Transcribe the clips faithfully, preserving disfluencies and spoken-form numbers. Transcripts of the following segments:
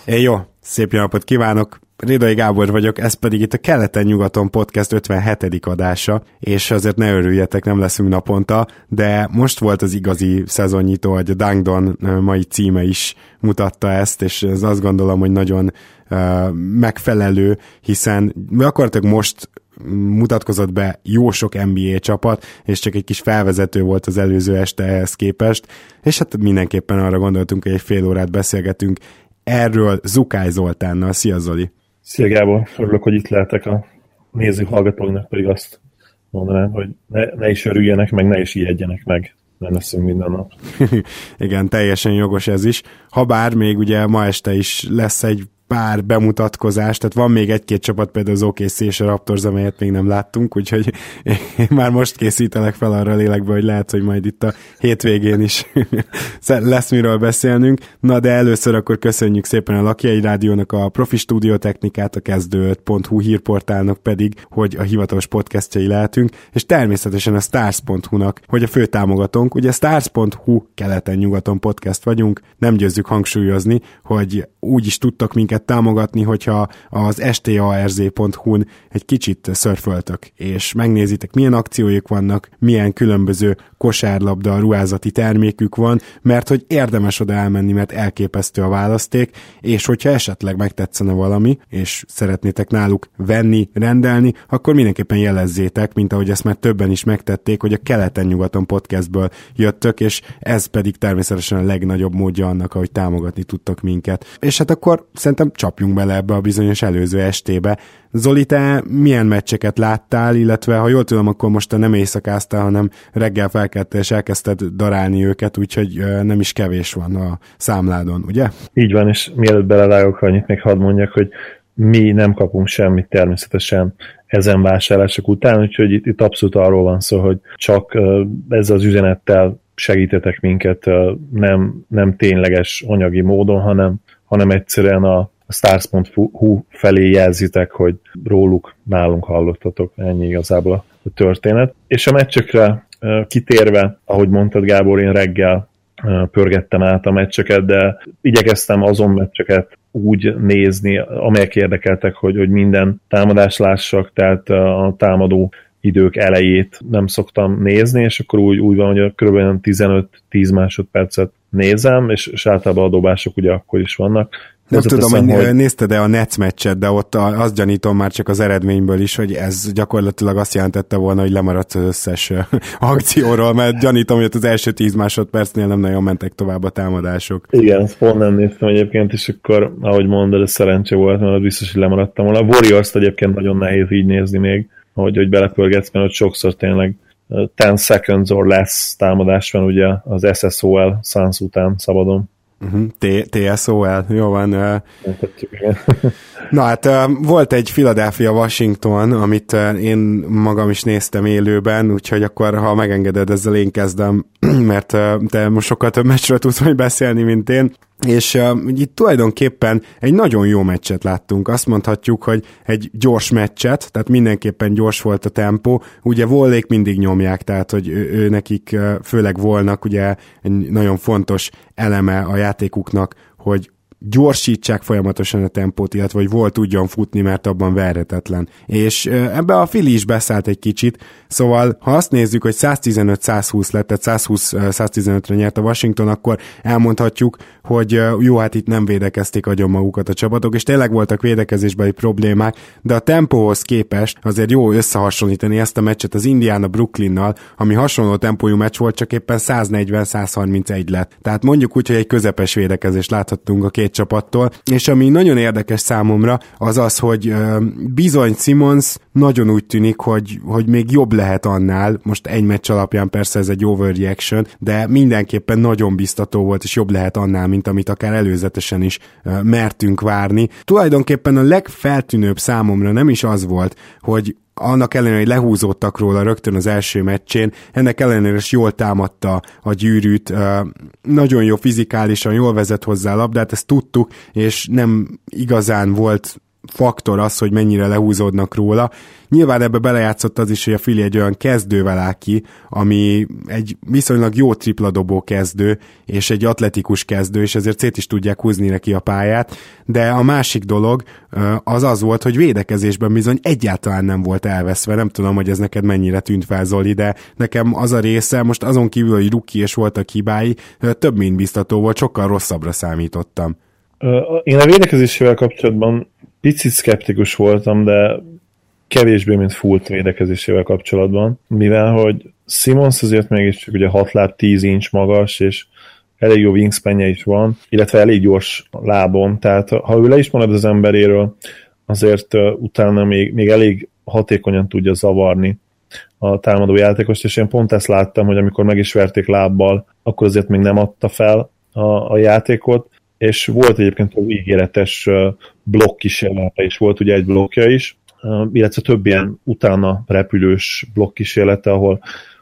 É, jó, szép jó napot kívánok! Rédai Gábor vagyok, ez pedig itt a Keleten-nyugaton podcast ötvenhetedik adása, és azért ne örüljetek, nem leszünk naponta, de most volt az igazi szezonnyitó, hogy a Dangdon mai címe is mutatta ezt, és ez azt gondolom, hogy nagyon uh, megfelelő, hiszen gyakorlatilag most mutatkozott be jó sok en bé á csapat, és csak egy kis felvezető volt az előző este ehhez képest, és hát mindenképpen arra gondoltunk, hogy egy fél órát beszélgetünk erről Zukály Zoltánnal. Szia Zoli! Szia Gábor! Örülök, hogy itt lehetek, a nézők, hallgatóknak pedig azt mondanám, hogy ne, ne is örüljenek meg, ne is ijedjenek meg. Nem leszünk minden nap. Igen, teljesen jogos ez is. Habár még ugye ma este is lesz egy pár bemutatkozás, tehát van még egy-két csapat, például az o ká cé és a Raptors, amelyet még nem láttunk, úgyhogy én már most készítelek fel arra a lélekbe, hogy lehet, hogy majd itt a hétvégén is lesz miről beszélnünk. Na de először akkor köszönjük szépen a Lakjai Rádiónak a profi stúdiótechnikát, a kezdő öt pont hu hírportálnak pedig, hogy a hivatalos podcastjai lehetünk, és természetesen a stars pont hu-nak, hogy a fő támogatónk. Ugye stars pont hu keleten-nyugaton podcast vagyunk, nem győzzük hangsúlyozni, hogy úgy is tudtak minket támogatni, hogyha az es té á er zé pont hu-n egy kicsit szörföltök, és megnézitek, milyen akcióik vannak, milyen különböző kosárlabda, ruházati termékük van, mert hogy érdemes oda elmenni, mert elképesztő a választék, és hogyha esetleg megtetszene valami, és szeretnétek náluk venni, rendelni, akkor mindenképpen jelezzétek, mint ahogy ezt már többen is megtették, hogy a Keleten-nyugaton podcastből jöttök, és ez pedig természetesen a legnagyobb módja annak, ahogy támogatni tudtok minket. És hát akkor szerintem csapjunk bele ebbe a bizonyos előző estébe. Zoli, te milyen meccseket láttál, illetve ha jól tudom, akkor most te nem éjszakáztál, hanem reggel felkeltél és elkezdted darálni őket, úgyhogy nem is kevés van a számládon, ugye? Így van, és mielőtt belevágok, annyit még hadd mondjak, hogy mi nem kapunk semmit természetesen ezen vásárlások után, úgyhogy itt, itt abszolút arról van szó, hogy csak ezzel az üzenettel segítetek minket nem, nem tényleges anyagi módon, hanem, hanem egyszerűen a stars pont hu felé jelzitek, hogy róluk nálunk hallottatok. Ennyi igazából a történet. És a meccsekre kitérve, ahogy mondtad Gábor, én reggel pörgettem át a meccseket, de igyekeztem azon meccseket úgy nézni, amelyek érdekeltek, hogy, hogy minden támadást lássak, tehát a támadó idők elejét nem szoktam nézni, és akkor úgy, úgy van, hogy kb. tizenöt-tíz másodpercet nézem, és, és általában a dobások ugye akkor is vannak. Nem tudom, hogy, hogy nézted-e a Nets meccset, de ott azt gyanítom már csak az eredményből is, hogy ez gyakorlatilag azt jelentette volna, hogy lemaradsz az összes akcióról, mert gyanítom, hogy az első tíz másodpercnél nem nagyon mentek tovább a támadások. Igen, ezt pont nem néztem egyébként, és akkor, ahogy mondod, ez szerencse volt, mert biztos, hogy lemaradtam volna. A Warriors-t egyébként nagyon nehéz így nézni még, hogy, hogy belepörgetsz, mert ott sokszor tényleg ten seconds or less támadás van ugye az es es o el Suns után szabadon. Uh-huh. té es o el, jó van. Na hát volt egy Philadelphia-Washington, amit én magam is néztem élőben, úgyhogy akkor, ha megengeded, ezzel én kezdem, mert te most sokkal több meccsről tudsz majd beszélni, mint én. És uh, itt tulajdonképpen egy nagyon jó meccset láttunk. Azt mondhatjuk, hogy egy gyors meccset, tehát mindenképpen gyors volt a tempó. Ugye Vollék mindig nyomják, tehát hogy ő, ő nekik uh, főleg volnak ugye egy nagyon fontos eleme a játékuknak, hogy gyorsítsák folyamatosan a tempót, illetve hogy volt tudjon futni, mert abban verhetetlen. És ebbe a Philly is beszállt egy kicsit, szóval ha azt nézzük, hogy száztizenöt százhúsz lett, tehát százhúsz száztizenötre nyert a Washington, akkor elmondhatjuk, hogy jó, hát itt nem védekezték agyon magukat a csapatok, és tényleg voltak védekezésbeli problémák, de a tempóhoz képest azért jó összehasonlítani ezt a meccset az Indiana Brooklynnal, ami hasonló tempójú meccs volt, csak éppen száznegyven százharmincegy lett. Tehát mondjuk úgy, hogy egy közepes védekezést láthattunk a két csapattól, és ami nagyon érdekes számomra, az az, hogy uh, bizony Simmons nagyon úgy tűnik, hogy, hogy még jobb lehet annál, most egy meccs alapján persze ez egy overreaction, de mindenképpen nagyon biztató volt, és jobb lehet annál, mint amit akár előzetesen is uh, mertünk várni. Tulajdonképpen a legfeltűnőbb számomra nem is az volt, hogy annak ellenére, hogy lehúzódtak róla rögtön az első meccsén, ennek ellenére is jól támadta a gyűrűt, nagyon jó fizikálisan, jól vezet hozzá a labdát, ezt tudtuk, és nem igazán volt faktor az, hogy mennyire lehúzódnak róla. Nyilván ebbe belejátszott az is, hogy a Philly egy olyan kezdővel áll ki, ami egy viszonylag jó tripladobó kezdő, és egy atletikus kezdő, és ezért szét is tudják húzni neki a pályát, de a másik dolog az az volt, hogy védekezésben bizony egyáltalán nem volt elveszve. Nem tudom, hogy ez neked mennyire tűnt fel, Zoli, de nekem az a része, most azon kívül, hogy rookie és voltak hibái, több mint biztató volt, sokkal rosszabbra számítottam. Én a védekezésével kapcsolatban picit szkeptikus voltam, de kevésbé, mint Fultz védekezésével kapcsolatban, mivel hogy Simmons azért mégiscsak ugye hat láb tíz inch magas, és elég jó wingspanje is van, illetve elég gyors lábon, tehát ha ő le is marad az emberéről, azért utána még, még elég hatékonyan tudja zavarni a támadó játékost, és én pont ezt láttam, hogy amikor meg is verték lábbal, akkor azért még nem adta fel a, a játékot, és volt egyébként az ígéretes blokk kísérlete is, volt ugye egy blokkja is, illetve több ilyen utána repülős blokk kísérlete, ahol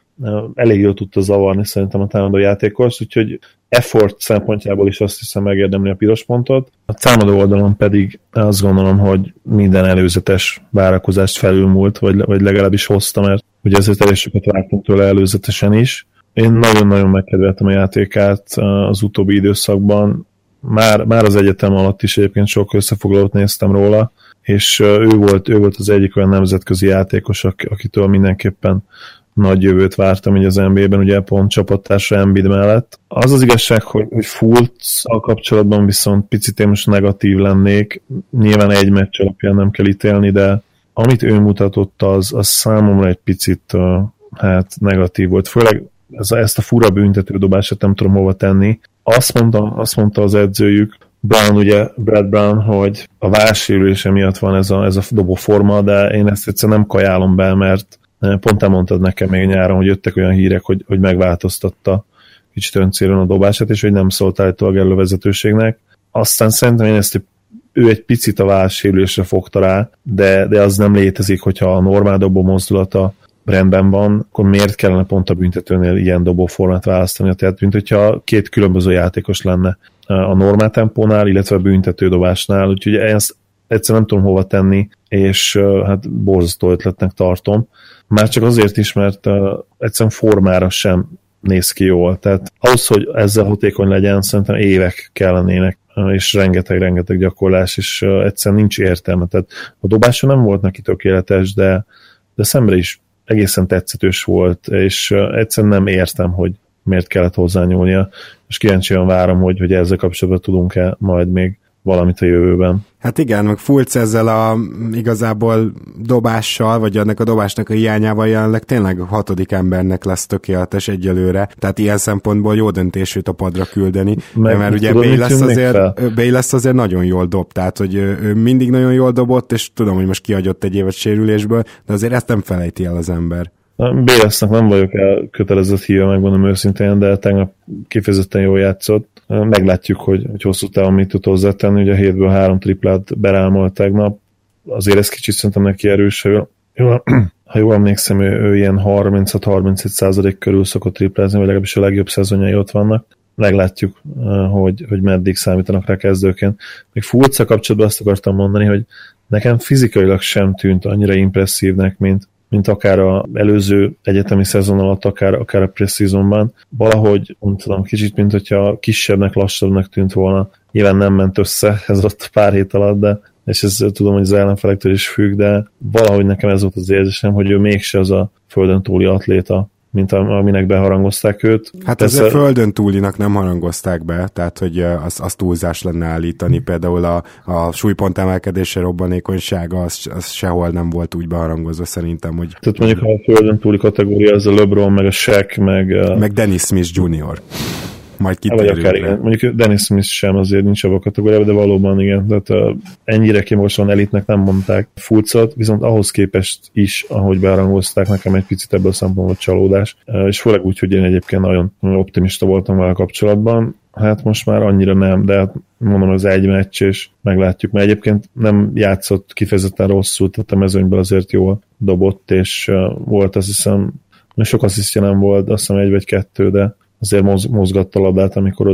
elég jól tudta zavarni szerintem a támadó játékos, úgyhogy effort szempontjából is azt hiszem megérdemli a piros pontot. A támadó oldalon pedig azt gondolom, hogy minden előzetes várakozást felülmúlt, vagy, vagy legalábbis hozta, mert ugye ezért elég sokat vártunk tőle előzetesen is. Én nagyon-nagyon megkedveltem a játékát az utóbbi időszakban, már, már az egyetem alatt is egyébként sok összefoglalót néztem róla, és ő volt, ő volt az egyik olyan nemzetközi játékos, akitől mindenképpen nagy jövőt vártam így az en bé á-ben, ugye pont csapattársa Embiid mellett. Az az igazság, hogy, hogy Fultz-al kapcsolatban viszont picit én most negatív lennék, nyilván egy meccs alapján nem kell ítélni, de amit ő mutatott, az, az számomra egy picit uh, hát negatív volt, főleg ez, ezt a fura büntetődobását nem tudom hova tenni. Azt mondta, azt mondta az edzőjük, Brown, ugye, Brad Brown, hogy a válsérülése miatt van ez a, ez a dobóforma, de én ezt egyszerűen nem kajálom be, mert pont elmondtad nekem még nyáron, hogy jöttek olyan hírek, hogy, hogy megváltoztatta kicsit öncélon a dobását, és hogy nem szólt állítólag elővezetőségnek. Aztán szerintem én ezt ő egy picit a válsérülésre fogta rá, de, de az nem létezik, hogyha a normál dobó mozdulata rendben van, akkor miért kellene pont a büntetőnél ilyen dobóformát választani? Tehát, mint hogyha két különböző játékos lenne a normál tempónál, illetve a büntetődobásnál, úgyhogy ezt egyszer nem tudom hova tenni, és hát borzasztó ötletnek tartom. Már csak azért is, mert egyszerűen formára sem néz ki jól. Tehát ahhoz, hogy ezzel hatékony legyen, szerintem évek kellenének, és rengeteg-rengeteg gyakorlás, és egyszerűen nincs értelme. Tehát a dobása nem volt neki tökéletes, de, de szemre is egészen tetszetős volt, és egyszerűen nem értem, hogy miért kellett hozzányúlnia, és kíváncsian várom, hogy, hogy ezzel kapcsolatban tudunk-e majd még valamit a jövőben. Hát igen, meg Fultz ezzel a igazából dobással, vagy ennek a dobásnak a hiányával jelenleg tényleg a hatodik embernek lesz tökéletes egyelőre, tehát ilyen szempontból jó döntés őt a padra küldeni, meg, mert ugye Bayless azért, Bayless azért nagyon jól dob, tehát hogy ő mindig nagyon jól dobott, és tudom, hogy most kihagyott egy évet sérülésből, de azért ezt nem felejti el az ember. Baylessnek nem vagyok el kötelezett híve, megmondom őszintén, de tegnap kifejezetten jól játszott. Meglátjuk, hogy, hogy hosszú távon mit tud hozzátenni, ugye a hétből három triplát berámolt tegnap, azért ez kicsit szerintem neki erős, ha jól, ha jól emlékszem, ő, ő ilyen harminchat-harmincegy százalék körül szokott triplázni, vagy legalábbis a legjobb szezonjai ott vannak. Meglátjuk, hogy, hogy meddig számítanak rá kezdőként. Még Fultz-a kapcsolatban azt akartam mondani, hogy nekem fizikailag sem tűnt annyira impresszívnek, mint mint akár az előző egyetemi szezon alatt, akár, akár a pre-seasonban. Valahogy, nem tudom, kicsit, mint hogyha kisebbnek, lassabbnak tűnt volna. Nyilván nem ment össze ez ott pár hét alatt, de és ez tudom, hogy az ellenfelektől is függ, de valahogy nekem ez volt az érzésem, hogy ő mégse az a földön túli atléta, mint aminek beharangozták őt. Hát ezzel földön túlinak nem harangozták be, tehát hogy az, az túlzás lenne állítani, például a, a súlypont emelkedése robbanékonysága, az, az sehol nem volt úgy beharangozva szerintem, hogy... Tehát mondjuk a földön túli kategória, ez a LeBron, meg a Shaq, meg... Meg Dennis Smith junior Majd kitérünk. Mondjuk Dennis Smith sem azért nincs abban a kategóriában, de valóban igen. Tehát uh, ennyire kimagasan elitnek nem mondták Fultzot, viszont ahhoz képest is, ahogy bearangozták, nekem egy picit ebből a szempontból csalódás. Uh, és főleg úgy, hogy én egyébként nagyon optimista voltam vele kapcsolatban. Hát most már annyira nem, de hát mondom, az egy meccs, és meglátjuk, mert egyébként nem játszott kifejezetten rosszul, tehát a mezőnyben azért jól dobott, és uh, volt azt hiszem, sok asszisztja nem volt, azt hiszem egy vagy kettő, de azért mozgatta a labdát, amikor oda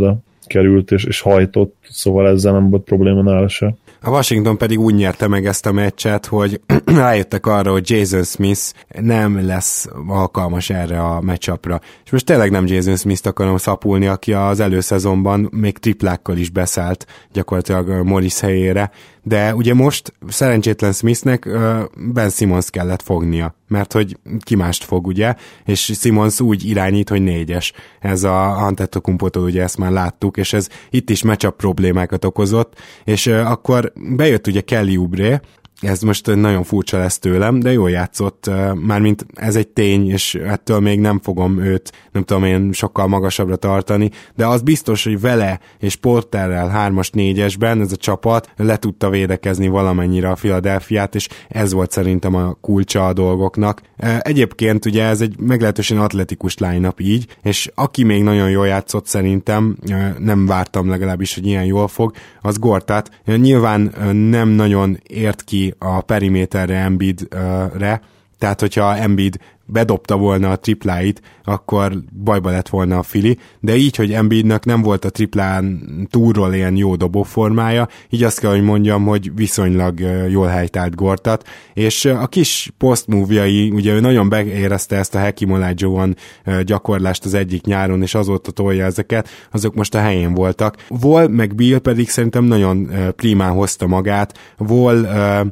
került, és, és hajtott, szóval ezzel nem volt probléma nála se. A Washington pedig úgy nyerte meg ezt a meccset, hogy rájöttek arra, hogy Jason Smith nem lesz alkalmas erre a matchupra. És most tényleg nem Jason Smith-t akarom szapulni, aki az előszezonban még triplákkal is beszállt gyakorlatilag Morris helyére, de ugye most szerencsétlen Smithnek Ben Simmons kellett fognia, mert hogy ki mást fog, ugye, és Simmons úgy irányít, hogy négyes. Ez a Antetokounmpótól ugye ezt már láttuk, és ez itt is matchup problémákat okozott, és akkor bejött ugye Kelly Oubre, ez most nagyon furcsa lesz tőlem, de jól játszott, mármint ez egy tény, és ettől még nem fogom őt, nem tudom én, sokkal magasabbra tartani, de az biztos, hogy vele és Porterrel hármas négyesben ez a csapat le tudta védekezni valamennyire a Philadelphiát, és ez volt szerintem a kulcsa a dolgoknak. Egyébként ugye ez egy meglehetősen atletikus line-up így, és aki még nagyon jól játszott szerintem, nem vártam legalábbis, hogy ilyen jól fog, az Gortat. Nyilván nem nagyon ért ki a periméterre Embiidre, tehát hogyha Embiid bedobta volna a tripláit, akkor bajba lett volna a Philly, de így, hogy Embiidnek nem volt a triplán túlról ilyen jó dobóformája, így azt kell, hogy mondjam, hogy viszonylag jól helytált Gortat, és a kis post-move-jai, ugye ő nagyon beérezte ezt a Hakeem Olajuwon gyakorlást az egyik nyáron, és azóta tolja ezeket, azok most a helyén voltak. Wall meg Beal pedig szerintem nagyon primán hozta magát. Wall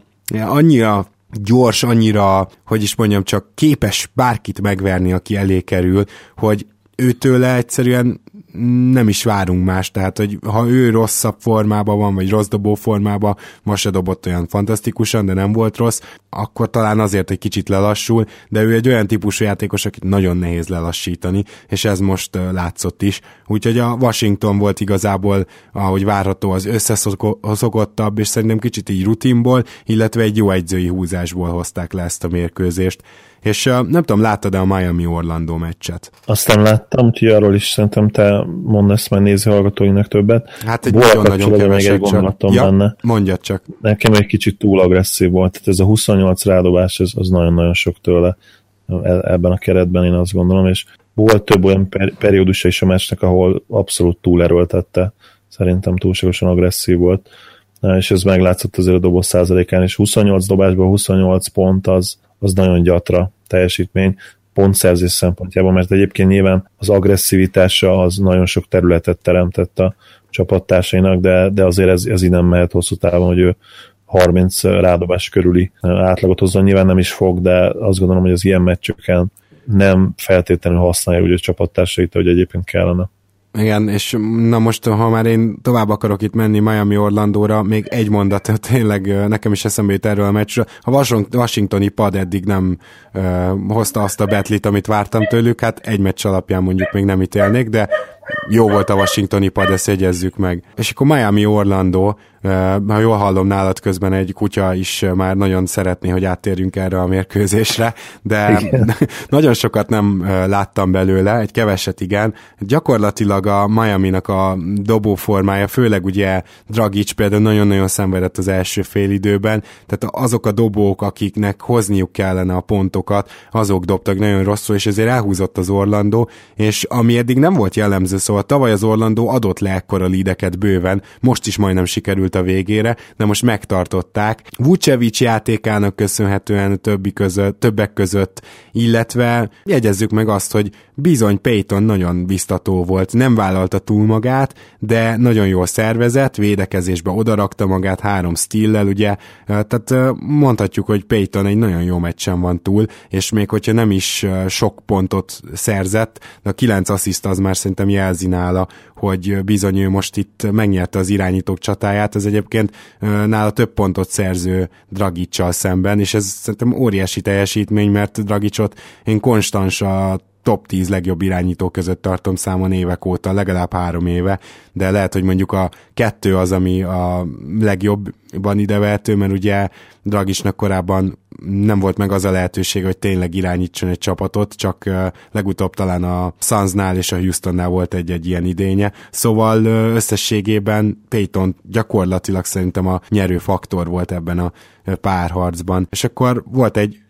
annyira gyors, annyira, hogy is mondjam, csak képes bárkit megverni, aki elé kerül, hogy őtőle egyszerűen nem is várunk más, tehát hogy ha ő rosszabb formában van, vagy rossz dobó formában, most se dobott olyan fantasztikusan, de nem volt rossz, akkor talán azért egy kicsit lelassul, de ő egy olyan típusú játékos, akit nagyon nehéz lelassítani, és ez most uh, látszott is. Úgyhogy a Washington volt igazából, ahogy várható, az összeszokottabb, és szerintem kicsit így rutinból, illetve egy jó egyzői húzásból hozták le ezt a mérkőzést. És uh, nem tudom, láttad-e a Miami-Orlando meccset? Azt nem láttam, úgyhogy arról is szerintem te mondasz majd néző hallgatóinak többet. Hát egy nagyon-nagyon kevesek csak. Ja, benne. Mondjad csak. Nekem egy kicsit túl agresszív volt, tehát ez a huszonnyolc rádobás, ez, az nagyon-nagyon sok tőle ebben a keretben, én azt gondolom, és volt több olyan per- periódusa is a meccsnek, ahol abszolút túlerőltette, szerintem túlságosan agresszív volt, és ez meglátszott azért a dobó százalékán, és huszonnyolc dobásból huszonnyolc pont az, az nagyon gyatra teljesítmény, pontszerzés szempontjából, mert egyébként nyilván az agresszivitása az nagyon sok területet teremtett a csapattársainak, de, de azért ez, ez így nem mehet hosszú távon, hogy ő harminc rádobás körüli átlagot hozzon, nyilván nem is fog, de azt gondolom, hogy az ilyen meccsöken nem feltétlenül használja úgy a csapattársait, hogy egyébként kellene. Igen, és na most, ha már én tovább akarok itt menni Miami-Orlandóra, még egy mondat, tényleg nekem is eszembe jut erről a meccsről. A washingtoni pad eddig nem uh, hozta azt a betlit, amit vártam tőlük, hát egy meccs alapján mondjuk még nem ítélnék, de jó volt a washingtoni pad, ezt jegyezzük meg. És akkor Miami-Orlandó, ha jól hallom, nálad közben egy kutya is már nagyon szeretné, hogy áttérjünk erre a mérkőzésre, de igen. Nagyon sokat nem láttam belőle, egy keveset igen. Gyakorlatilag a Miami-nak a dobóformája, főleg ugye Dragic például nagyon-nagyon szenvedett az első fél időben, tehát azok a dobók, akiknek hozniuk kellene a pontokat, azok dobtak nagyon rosszul, és ezért elhúzott az Orlando, és ami eddig nem volt jellemző, szóval tavaly az Orlando adott le ekkora lídeket bőven, most is majdnem sikerült a végére, de most megtartották. Vucevic játékának köszönhetően többi között, többek között, illetve jegyezzük meg azt, hogy bizony Payton nagyon biztató volt, nem vállalta túl magát, de nagyon jól szervezett, védekezésbe odarakta magát három steallel, ugye, tehát mondhatjuk, hogy Payton egy nagyon jó meccsen van túl, és még hogyha nem is sok pontot szerzett, de a kilenc assziszt az már szerintem jelzi nála, hogy bizony ő most itt megnyerte az irányítók csatáját, ez egyébként nála több pontot szerző Dragic-sal szemben, és ez szerintem óriási teljesítmény, mert Dragicot én konstans a top tíz legjobb irányító között tartom számon évek óta, legalább három éve, de lehet, hogy mondjuk a kettő az, ami a legjobban idevehető, mert ugye Dragicnak korábban nem volt meg az a lehetőség, hogy tényleg irányítson egy csapatot, csak legutóbb talán a Sunsnál és a Houstonnál volt egy-egy ilyen idénye. Szóval összességében Payton gyakorlatilag szerintem a nyerő faktor volt ebben a párharcban. És akkor volt egy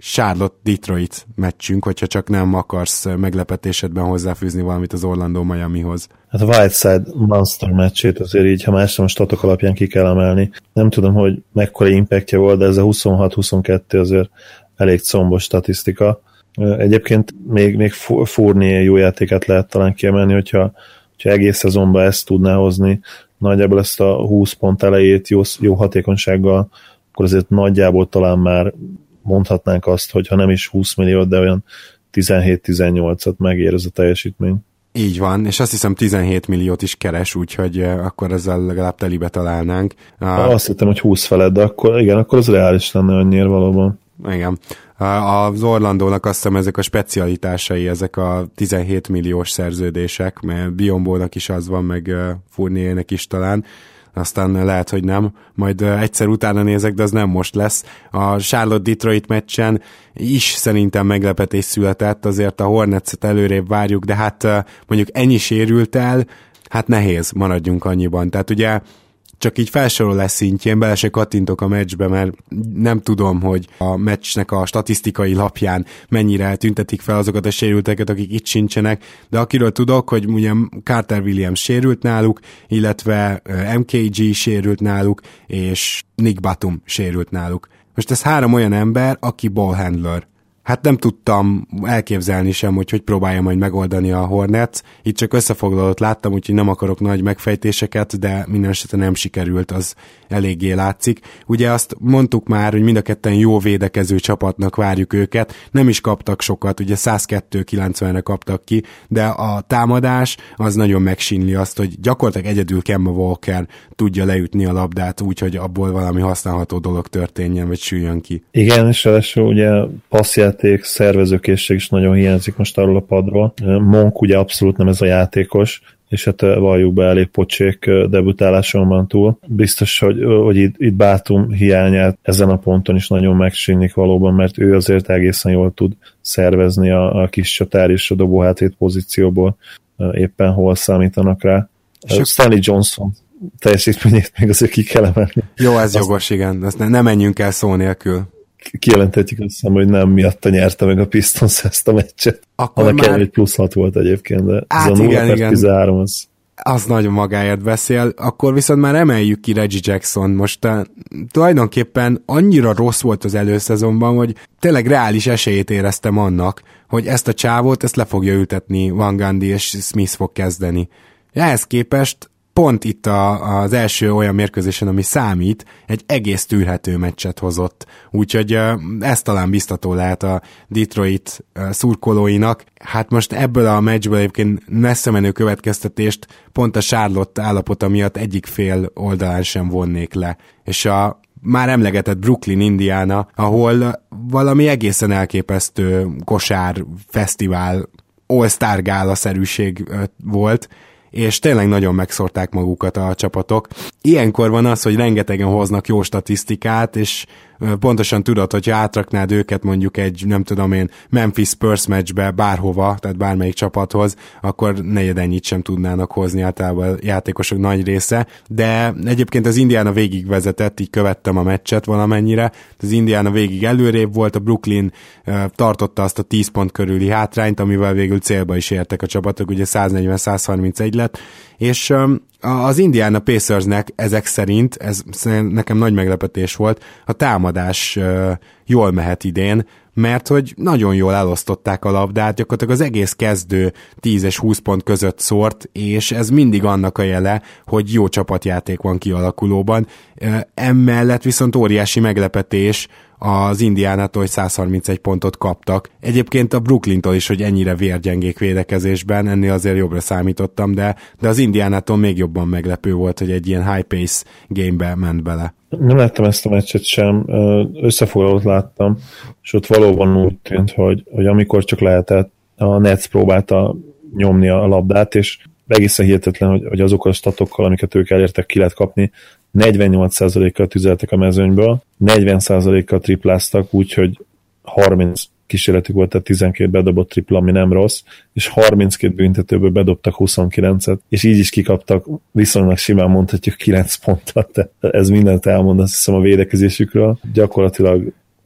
Charlotte-Detroit meccsünk, hogyha csak nem akarsz meglepetésedben hozzáfűzni valamit az Orlando Miamihoz. Hát a Whiteside Monster meccsét azért így, ha más nem a statok alapján ki kell emelni. Nem tudom, hogy mekkora impactja volt, de ez a huszonhat huszonkettő azért elég combos statisztika. Egyébként még, még Fournier jó játékát lehet talán kiemelni, hogyha, hogyha egész szezonban ezt tudná hozni, nagyjából ezt a húsz pont elejét jó, jó hatékonysággal, akkor azért nagyjából talán már mondhatnánk azt, hogy ha nem is húsz millió, de olyan tizenhét-tizennyolcat megér ez a teljesítmény. Így van, és azt hiszem tizenhét milliót is keres, úgyhogy akkor ezzel legalább telibe találnánk. Azt hittem, hogy húsz felett, de akkor igen, akkor az reális lenne annyira valóban. Igen. Az Orlandónak azt hiszem ezek a specialitásai, ezek a tizenhét milliós szerződések, mert Biombónak is az van, meg Fourniernek is talán, aztán lehet, hogy nem. Majd egyszer utána nézek, de az nem most lesz. A Charlotte-Detroit meccsen is szerintem meglepetés született, azért a Hornetset előrébb várjuk, de hát mondjuk ennyi sérült el, hát nehéz, maradjunk annyiban. Tehát ugye csak így felsorolás szintjén bele se kattintok a meccsbe, mert nem tudom, hogy a meccsnek a statisztikai lapján mennyire tüntetik fel azokat a sérülteket, akik itt sincsenek, de akiről tudok, hogy ugye Carter Williams sérült náluk, illetve em ká gé sérült náluk, és Nick Batum sérült náluk. Most ez három olyan ember, aki ballhandler. Hát nem tudtam elképzelni sem, hogy hogy próbálja majd megoldani a Hornets. Itt csak összefoglalót láttam, úgyhogy nem akarok nagy megfejtéseket, de minden esetre nem sikerült, az eléggé látszik. Ugye azt mondtuk már, hogy mind a ketten jó védekező csapatnak várjuk őket, nem is kaptak sokat, ugye száz kettő kilencvenre kaptak ki, de a támadás az nagyon megsínli azt, hogy gyakorlatilag egyedül Kemba Walker tudja leütni a labdát, úgyhogy abból valami használható dolog történjen, vagy süljön ki. Igen, és ráadásul ugye passzját szervezőkészség is nagyon hiányzik most arról a padról. Monk ugye abszolút nem ez a játékos, és hát valljuk be, elég pocsék debütáláson van túl. Biztos, hogy, hogy itt, itt Batum hiányát ezen a ponton is nagyon megsínlik valóban, mert ő azért egészen jól tud szervezni a, a kis csatár és a dobóhátvéd pozícióból, éppen hol számítanak rá. És Stanley Johnson teljesítményét még azért ki kell emelni. Jó, ez Azt... jogos, igen. Azt ne, ne menjünk el szó nélkül. Kijelentetjük azt hiszem, hogy nem miatta nyerte meg a Pistons ezt a meccset. Akkor annak már... egy plusz hat volt egyébként, de hát ez a igen, nulla per tizenhárom az... az nagyon magáért beszél. Akkor viszont már emeljük ki Reggie Jackson. Most uh, tulajdonképpen annyira rossz volt az előszezonban, hogy tényleg reális esélyét éreztem annak, hogy ezt a csávót, ezt le fogja ültetni Van Gundy, és Smith fog kezdeni. Ehhez képest pont itt a, az első olyan mérkőzésen, ami számít, egy egész tűrhető meccset hozott. Úgyhogy ez talán biztató lehet a Detroit szurkolóinak. Hát most ebből a meccsből egyébként messze menő következtetést pont a Charlotte állapota miatt egyik fél oldalán sem vonnék le. És a már emlegetett Brooklyn, Indiana, ahol valami egészen elképesztő kosár, fesztivál, all-star gála-szerűség volt, és tényleg nagyon megszórták magukat a csapatok. Ilyenkor van az, hogy rengetegen hoznak jó statisztikát, és pontosan tudod, hogyha átraknád őket mondjuk egy, nem tudom én, Memphis Spurs meccsbe bárhova, tehát bármelyik csapathoz, akkor negyed ennyit sem tudnának hozni általában a játékosok nagy része, de egyébként az Indiana végig vezetett, így követtem a meccset valamennyire, az Indiana végig előrébb volt, a Brooklyn uh, tartotta azt a tíz pont körüli hátrányt, amivel végül célba is értek a csapatok, ugye száznegyven százharmincegy lett, és um, az Indiana Pacersnek ezek szerint, ez nekem nagy meglepetés volt, a támadás uh, jól mehet idén, mert hogy nagyon jól elosztották a labdát, gyakorlatilag az egész kezdő tíz és húsz pont között szórt, és ez mindig annak a jele, hogy jó csapatjáték van kialakulóban. Uh, emellett viszont óriási meglepetés az Indiánától, hogy száz harmincegy pontot kaptak. Egyébként a Brooklyntól is, hogy ennyire vérgyengék védekezésben, ennél azért jobbra számítottam, de, de az Indiánától még jobban meglepő volt, hogy egy ilyen high pace gamebe ment bele. Nem láttam ezt a meccset sem, összefoglalót láttam, és ott valóban úgy tűnt, hogy, hogy amikor csak lehetett, a Nets próbálta nyomni a labdát, és egészen hihetetlen, hogy, hogy azokkal a statokkal, amiket ők elértek, ki lehet kapni, negyvennyolc százalékkal tüzeltek a mezőnyből, negyven százalékkal tripláztak, úgyhogy harminc kísérletük volt, tehát tizenkét bedobott tripla, ami nem rossz, és harminckét büntetőből bedobtak huszonkilencet, és így is kikaptak, viszonylag simán mondhatjuk kilenc pontot, tehát ez mindent elmond, azt hiszem, a védekezésükről. Gyakorlatilag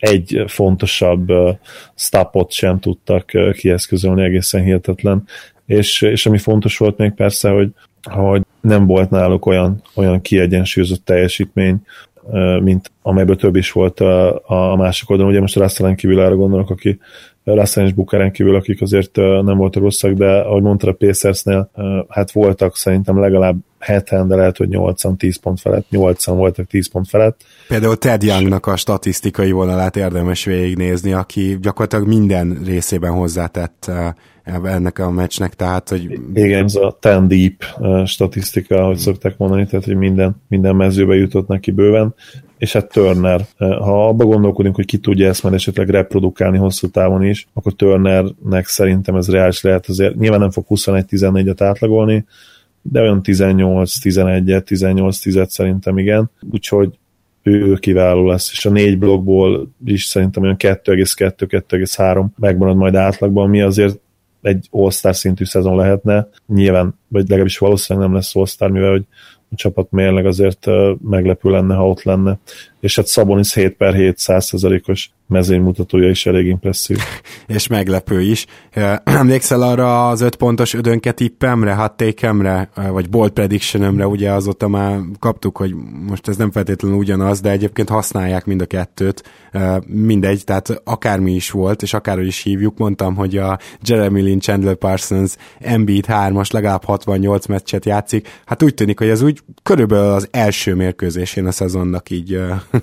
egy fontosabb stopot sem tudtak kieszközölni, egészen hihetetlen. És, és ami fontos volt még persze, hogy, hogy nem volt náluk olyan, olyan kiegyensúlyozott teljesítmény, mint amelyből több is volt a, a másik oldalon. Ugye most Russellen kívül arra gondolok, aki Russell és Bookeren kívül, akik azért nem voltak rosszak, de ahogy mondtad a Pacersnél, hát voltak szerintem legalább heten, de lehet, hogy nyolcan tíz pont felett, nyolcan voltak tíz pont felett. Például Ted Youngnak a statisztikai vonalát érdemes végignézni, aki gyakorlatilag minden részében hozzátett ennek a meccsnek, tehát, hogy... Igen, ez a ten deep statisztika, ahogy szokták mondani, tehát, hogy minden, minden mezőbe jutott neki bőven, és hát Turner, ha abba gondolkodunk, hogy ki tudja ezt már esetleg reprodukálni hosszú távon is, akkor Turnernek szerintem ez reális lehet, azért nyilván nem fog huszonegy tizennégyet átlagolni, de olyan tizennyolc tizenegyet, tizennyolc tízet szerintem igen, úgyhogy ő kiváló lesz, és a négy blokkból is szerintem olyan kettő egész kettő kettő egész három megmarad majd átlagban, mi azért egy All-Star szintű szezon lehetne. Nyilván, vagy legalábbis valószínűleg nem lesz All-Star, mivel hogy a csapat mérleg azért meglepő lenne, ha ott lenne. És hát Sabonis hét per hét száz százalékos mezőnymutatója is elég impresszív. És meglepő is. Emlékszel arra az öt pontos ödönke tippemre, hot take-emre, vagy bold predictionemre, ugye azóta már kaptuk, hogy most ez nem feltétlenül ugyanaz, de egyébként használják mind a kettőt. Mindegy, tehát akármi is volt, és akárhogy is hívjuk, mondtam, hogy a Jeremy Lin, Chandler Parsons, Embiid hármas, legalább hatvannyolc meccset játszik. Hát úgy tűnik, hogy ez úgy körülbelül az első mérkőzésén a szezonnak így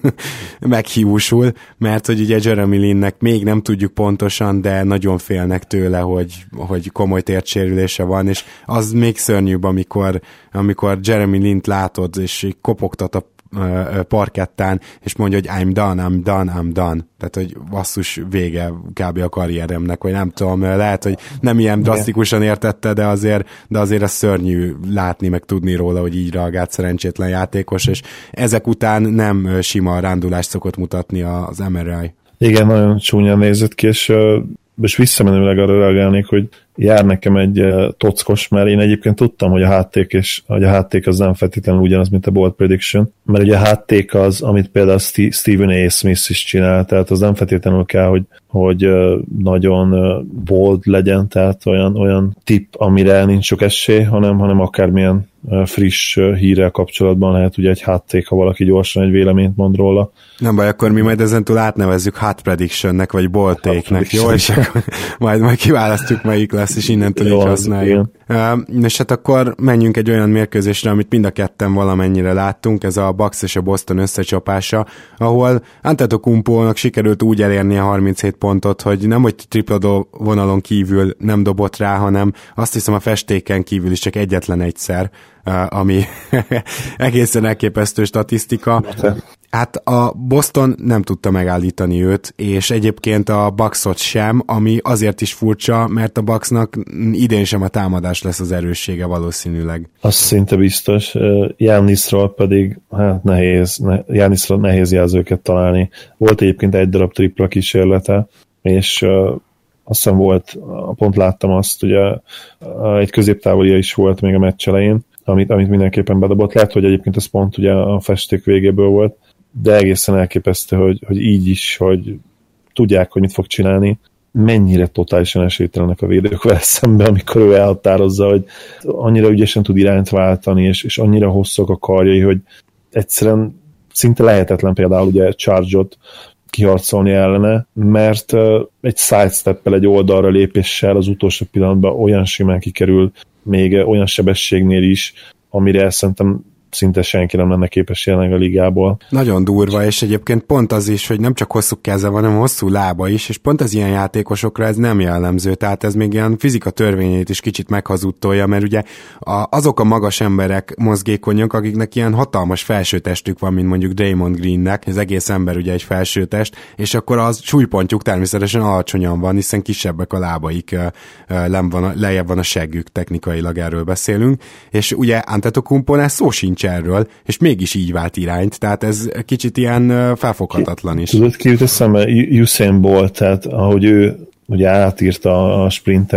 meghiúsul, mert hogy ugye Jeremy Linnek még nem tudjuk pontosan, de nagyon félnek tőle, hogy, hogy komoly térdsérülése van, és az még szörnyűbb, amikor, amikor Jeremy Lint látod, és kopogtat a parkettán, és mondja, hogy I'm done, I'm done, I'm done. Tehát, hogy basszus, vége kb. A karrieremnek, vagy nem tudom, lehet, hogy nem ilyen drasztikusan értette, de azért, de azért a szörnyű látni, meg tudni róla, hogy így reagált szerencsétlen játékos, és ezek után nem sima rándulást szokott mutatni az em er i. Igen, nagyon csúnyán nézett ki, és, és visszamenőleg arra reagálnék, hogy jár nekem egy tockos, mert én egyébként tudtam, hogy a hátték, és hogy a hátték az nem feltétlenül ugyanaz, mint a bold prediction, mert ugye a hátték az, amit például Stephen A. Smith is csinál, tehát az nem feltétlenül kell, hogy, hogy nagyon bold legyen, tehát olyan, olyan tipp, amire nincs sok esély, hanem, hanem akármilyen friss hírrel kapcsolatban lehet ugye egy hátték, ha valaki gyorsan egy véleményt mond róla. Nem baj, akkor mi majd ezentúl átnevezzük hot predictionnek, vagy bold take-nek, jó? És akkor majd, majd kiválasztjuk, melyik lesz, és innentől jó, így használjuk. Uh, és hát akkor menjünk egy olyan mérkőzésre, amit mind a ketten valamennyire láttunk, ez a Bucks és a Boston összecsapása, ahol Antetokounmpónak sikerült úgy elérni a harminchét pontot, hogy nem hogy tripla vonalon kívül nem dobott rá, hanem azt hiszem a festéken kívül is csak egyetlen egyszer, uh, ami egészen elképesztő statisztika. Hát a Boston nem tudta megállítani őt, és egyébként a Bucksot sem, ami azért is furcsa, mert a Bucksnak idén sem a támadás lesz az erőssége valószínűleg. Az szinte biztos. Giannisról pedig hát nehéz, ne, Giannisról nehéz jelzőket találni. Volt egyébként egy darab tripla kísérlete, és uh, azt hiszem volt, pont láttam azt, ugye egy középtávolia is volt még a meccs elején, amit, amit mindenképpen bedobott. Lehet, hogy egyébként ez pont ugye a festék végéből volt, de egészen elképesztő, hogy, hogy így is, hogy tudják, hogy mit fog csinálni, mennyire totálisan esélytelenek a védők vele szemben, amikor ő elhatározza, hogy annyira ügyesen tud irányt váltani, és, és annyira hosszak a karjai, hogy egyszerűen szinte lehetetlen például ugye Charge-ot kiharcolni ellene, mert egy sidestep-pel, egy oldalra lépéssel az utolsó pillanatban olyan simán kikerül, még olyan sebességnél is, amire szerintem szinte senki nem lenne képes jelenleg a ligából. Nagyon durva, és egyébként pont az is, hogy nem csak hosszú keze van, hanem hosszú lába is, és pont az ilyen játékosokra ez nem jellemző, tehát ez még ilyen fizika törvényeit is kicsit meghazudtolja, mert ugye a, azok a magas emberek mozgékonyak, akiknek ilyen hatalmas felsőtestük van, mint mondjuk Draymond Greennek, az egész ember ugye egy felsőtest, és akkor az súlypontjuk természetesen alacsonyan van, hiszen kisebbek a lábaik, lejjebb van a seggük, technikailag erről beszélünk, és ugye Antetokounmpónál szó sincs erről, és mégis így vált irányt, tehát ez kicsit ilyen felfoghatatlan is. Tudod, ki jut eszembe? Usain Bolt, tehát ahogy ő ugye átírta a sprinter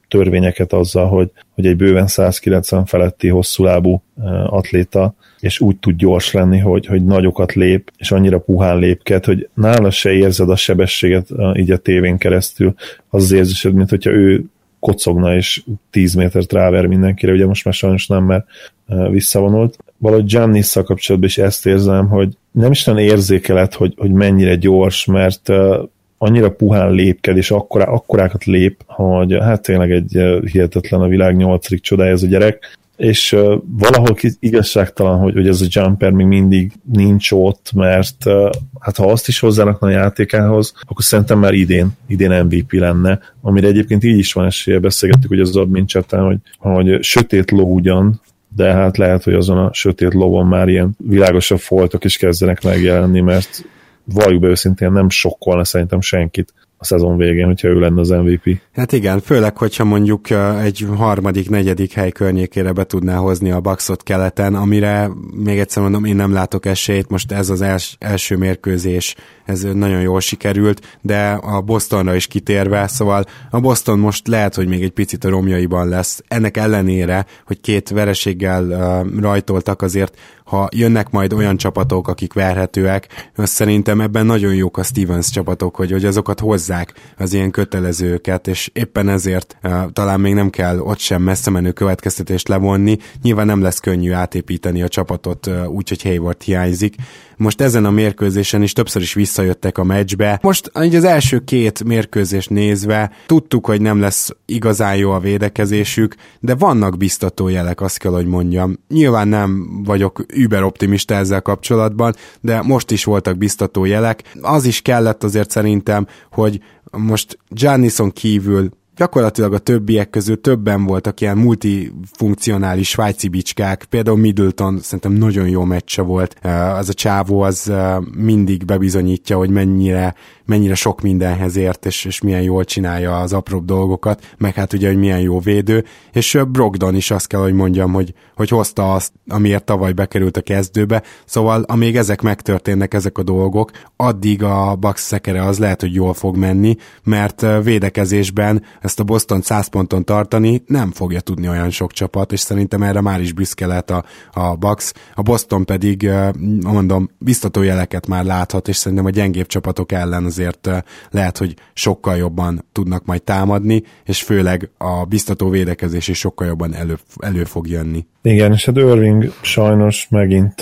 törvényeket azzal, hogy, hogy egy bőven száz kilencven feletti hosszúlábú atléta, és úgy tud gyors lenni, hogy, hogy nagyokat lép, és annyira puhán lépked, hogy nála se érzed a sebességet így a tévén keresztül. Az az érzésed, mint hogyha ő kocogna, és tíz métert ráver mindenkire, ugye most már sajnos nem, mert visszavonult. Valahogy Giannisszal kapcsolatban is ezt érzem, hogy nem is nem érzékeled, hogy, hogy mennyire gyors, mert annyira puhán lépked, és akkorá, akkorákat lép, hogy hát tényleg egy hihetetlen, a világ nyolcadik csodája ez a gyerek, és uh, valahol igazságtalan, hogy, hogy ez a jumper még mindig nincs ott, mert uh, hát ha azt is hozzárakna a játékához, akkor szerintem már idén, idén em vé pé lenne, amire egyébként így is van esélye, beszélgettük ugye az admin chaten, hogy, hogy sötét ló ugyan, de hát lehet, hogy azon a sötét lovon már ilyen világosabb foltok is kezdenek megjelenni, mert valljuk be őszintén, nem sokkolna szerintem senkit a szezon végén, hogyha ő lenne az em vé pé. Hát igen, főleg, hogyha mondjuk egy harmadik, negyedik hely környékére be tudná hozni a Bucksot keleten, amire még egyszer mondom, én nem látok esélyt, most ez az els, első mérkőzés, ez nagyon jól sikerült, de a Bostonra is kitérve, szóval a Boston most lehet, hogy még egy picit a romjaiban lesz, ennek ellenére, hogy két vereséggel uh, rajtoltak, azért ha jönnek majd olyan csapatok, akik verhetőek, azt szerintem ebben nagyon jók a Stevens csapatok, hogy, hogy azokat hozzák az ilyen kötelezőket, és éppen ezért uh, talán még nem kell ott sem messze menő következtetést levonni. Nyilván nem lesz könnyű átépíteni a csapatot uh, úgy, hogy Hayward hiányzik. Most ezen a mérkőzésen is többször is visszajöttek a meccsbe. Most így az első két mérkőzést nézve tudtuk, hogy nem lesz igazán jó a védekezésük, de vannak biztató jelek, azt kell, hogy mondjam. Nyilván nem vagyok über optimista ezzel kapcsolatban, de most is voltak biztató jelek. Az is kellett azért szerintem, hogy most Giannison kívül gyakorlatilag a többiek közül többen voltak ilyen multifunkcionális svájci bicskák, például Middleton szerintem nagyon jó meccse volt, az a csávó az mindig bebizonyítja, hogy mennyire, mennyire sok mindenhez ért, és, és milyen jól csinálja az apróbb dolgokat, meg hát ugye, hogy milyen jó védő, és Brogdon is azt kell, hogy mondjam, hogy, hogy hozta azt, amiért tavaly bekerült a kezdőbe, szóval amíg ezek megtörténnek, ezek a dolgok, addig a Bucks szekere az lehet, hogy jól fog menni, mert védekezésben ezt a Boston száz ponton tartani nem fogja tudni olyan sok csapat, és szerintem erre már is büszke lehet a, a Bucks. A Boston pedig, mondom, biztató jeleket már láthat, és szerintem a gyengébb csapatok ellen azért lehet, hogy sokkal jobban tudnak majd támadni, és főleg a biztató védekezés is sokkal jobban elő, elő fog jönni. Igen, és hát Irving sajnos megint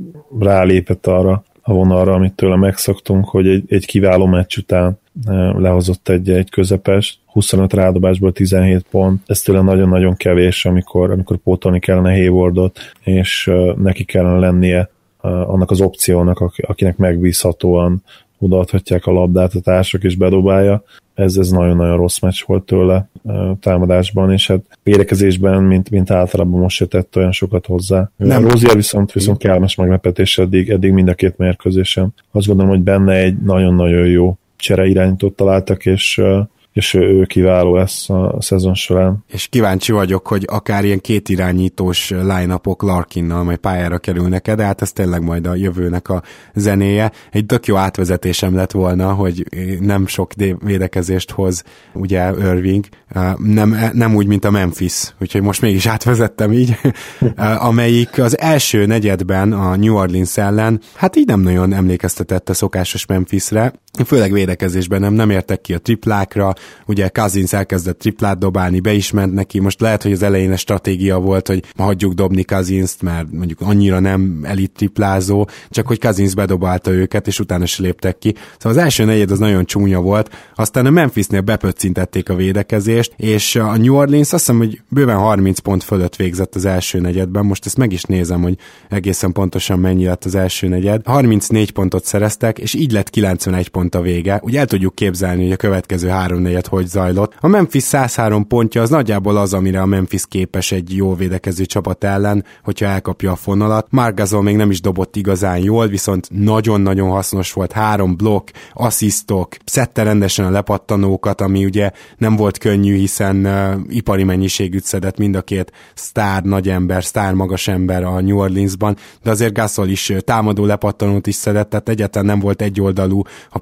rálépett arra a vonalra, amit tőle megszoktunk, hogy egy, egy kiváló meccs után lehozott egy, egy közepes, huszonöt rádobásból tizenhét pont, ez tőle nagyon-nagyon kevés, amikor, amikor pótolni kellene Haywardot, és neki kellene lennie annak az opciónak, akinek megbízhatóan odaadhatják a labdát a társak, és bedobálja. Ez, ez nagyon-nagyon rossz meccs volt tőle támadásban, és hát védekezésben, mint, mint általában most se tett olyan sokat hozzá. Nem. Rozier viszont, viszont kellemes meglepetés eddig, eddig mind a két mérkőzésen. Azt gondolom, hogy benne egy nagyon-nagyon jó csere irányítót találtak, és és ő kiváló lesz a szezon során. És kíváncsi vagyok, hogy akár ilyen két irányítós line-upok Larkinnal majd pályára kerülnek, de hát ez tényleg majd a jövőnek a zenéje. Egy tök jó átvezetésem lett volna, hogy nem sok védekezést hoz ugye Irving, nem, nem úgy, mint a Memphis, úgyhogy most mégis átvezettem így, amelyik az első negyedben a New Orleans ellen, hát így nem nagyon emlékeztetett a szokásos Memphisre, főleg védekezésben nem, nem értek ki a triplákra, ugye Cousins elkezdett triplát dobálni, be is ment neki, most lehet, hogy az elején a stratégia volt, hogy hagyjuk dobni Cousinst, mert mondjuk annyira nem elit triplázó, csak hogy Cousins bedobálta őket, és utána se léptek ki. Szóval az első negyed az nagyon csúnya volt, aztán a Memphisnél bepöccintették a védekezést, és a New Orleans azt hiszem, hogy bőven harminc pont fölött végzett az első negyedben, most ezt meg is nézem, hogy egészen pontosan mennyi lett az első negyed. harmincnégy pontot szereztek, és így lett kilencvenegy pont a vége. Ugye el tudjuk képzelni, hogy a következő három negyed hogy zajlott. A Memphis száz három pontja az nagyjából az, amire a Memphis képes egy jó védekező csapat ellen, hogyha elkapja a fonalat. Marc Gasol még nem is dobott igazán jól, viszont nagyon-nagyon hasznos volt. Három blokk, asszisztok, szedte rendesen a lepattanókat, ami ugye nem volt könnyű, hiszen uh, ipari mennyiségűt szedett mind a két sztár nagyember, sztár magas ember a New Orleansban, de azért Gasol is támadó lepattanót is szedett, tehát egyáltalán nem volt egyoldalú a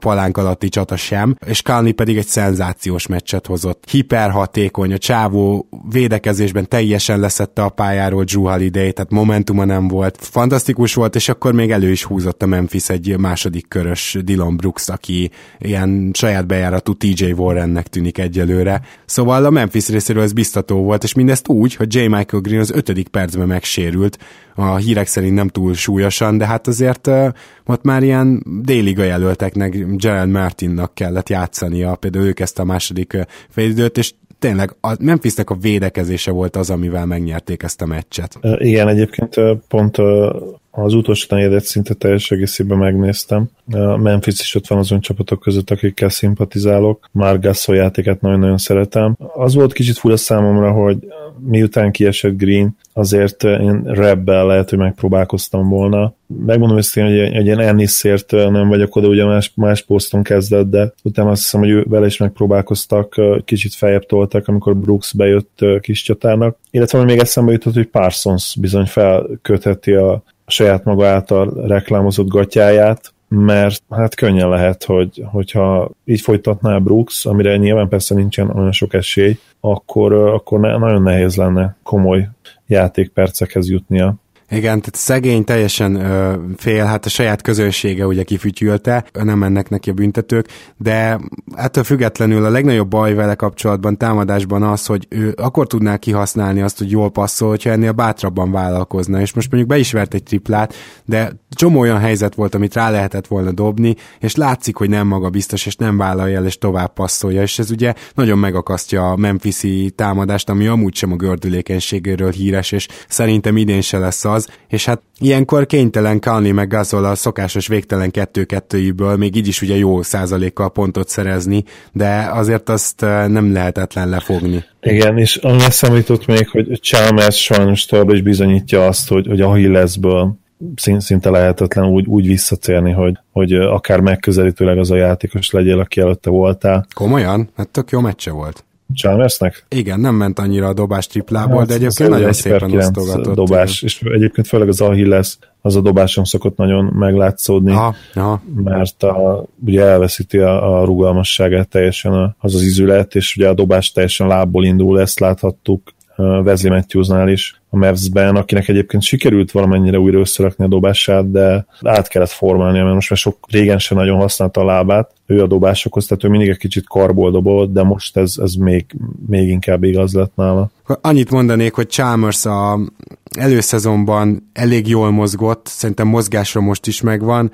palánk alatti csata sem, és Conley pedig egy szenzációs meccset hozott. Hiperhatékony, a csávó védekezésben teljesen leszette a pályáról Jrue Holiday, tehát momentuma nem volt. Fantasztikus volt, és akkor még elő is húzott a Memphis egy második körös Dillon Brooks, aki ilyen saját bejáratú té jé Warrennek tűnik egyelőre. Szóval a Memphis részéről ez biztató volt, és mindezt úgy, hogy J. Michael Green az ötödik percben megsérült, a hírek szerint nem túl súlyosan, de hát azért uh, ott már ilyen D-liga jelölteknek, Gerald Martinnak kellett játszania, például ő kezdte a második uh, félidőt, és tényleg a Memphisnek a védekezése volt az, amivel megnyerték ezt a meccset. Igen, egyébként pont az utolsó negyedet szinte teljes egészében megnéztem. A Memphis is ott van azon csapatok között, akikkel szimpatizálok. Marc Gasol játékát nagyon-nagyon szeretem. Az volt kicsit fura számomra, hogy miután kiesett Green, azért én rebbel lehet, hogy megpróbálkoztam volna. Megmondom őszintén, hogy egy ilyen Ennisért nem vagyok oda, ugye más, más poszton kezdett, de utána azt hiszem, hogy ő, vele is megpróbálkoztak, kicsit feljebb toltak, amikor Brooks bejött kis csatának. Illetve még eszembe jutott, hogy Parsons bizony felkötheti a saját maga által reklámozott gatyáját, mert hát könnyen lehet, hogy, hogyha így folytatná Brooks, amire nyilván persze nincsen olyan sok esély, akkor, akkor nagyon nehéz lenne komoly játékpercekhez jutnia. Igen, tehát szegény teljesen ö, fél, hát a saját közönsége ugye kifütyülte, nem mennek neki a büntetők, de ettől függetlenül a legnagyobb baj vele kapcsolatban, támadásban az, hogy ő akkor tudná kihasználni azt, hogy jól passzol, hogyha ennél bátrabban vállalkozna, és most mondjuk be is vert egy triplát, de csomó olyan helyzet volt, amit rá lehetett volna dobni, és látszik, hogy nem maga biztos, és nem vállalja el, és tovább passzolja, és ez ugye nagyon megakasztja a Memphisi támadást, ami amúgy sem a gördülékenységéről híres, és szerintem idén se lesz az, és hát ilyenkor kénytelen Conley meg Gasol a szokásos végtelen kettő-kettőjéből még így is ugye jó százalékkal pontot szerezni, de azért azt nem lehetetlen lefogni. Igen, és ami eszembe jutott még, hogy Chalmers sajnos tovább is bizonyítja azt, hogy, hogy a Hillesből szinte lehetetlen úgy, úgy visszatérni, hogy, hogy akár megközelítőleg az a játékos legyél, aki előtte voltál. Komolyan? Hát tök jó meccse volt. Chalmersnek? Igen, nem ment annyira a dobás triplából, hát, de egyébként nagyon szépen osztogatott. Dobás, és egyébként főleg az Achilles, az a dobáson szokott nagyon meglátszódni, aha, aha. mert a, ugye elveszíti a, a rugalmasságát teljesen a, az az izület, és ugye a dobás teljesen lábból indul, ezt láthattuk Wesley Matthewsnál is a Mavs-ben, akinek egyébként sikerült valamennyire újra összerakni a dobását, de át kellett formálnia, mert most már sok régen sem nagyon használta a lábát, ő a dobásokhoz, tehát ő mindig egy kicsit karból dobott, de most ez, ez még, még inkább igaz lett nála. Annyit mondanék, hogy Chalmers a előszezonban elég jól mozgott, szerintem mozgásra most is megvan,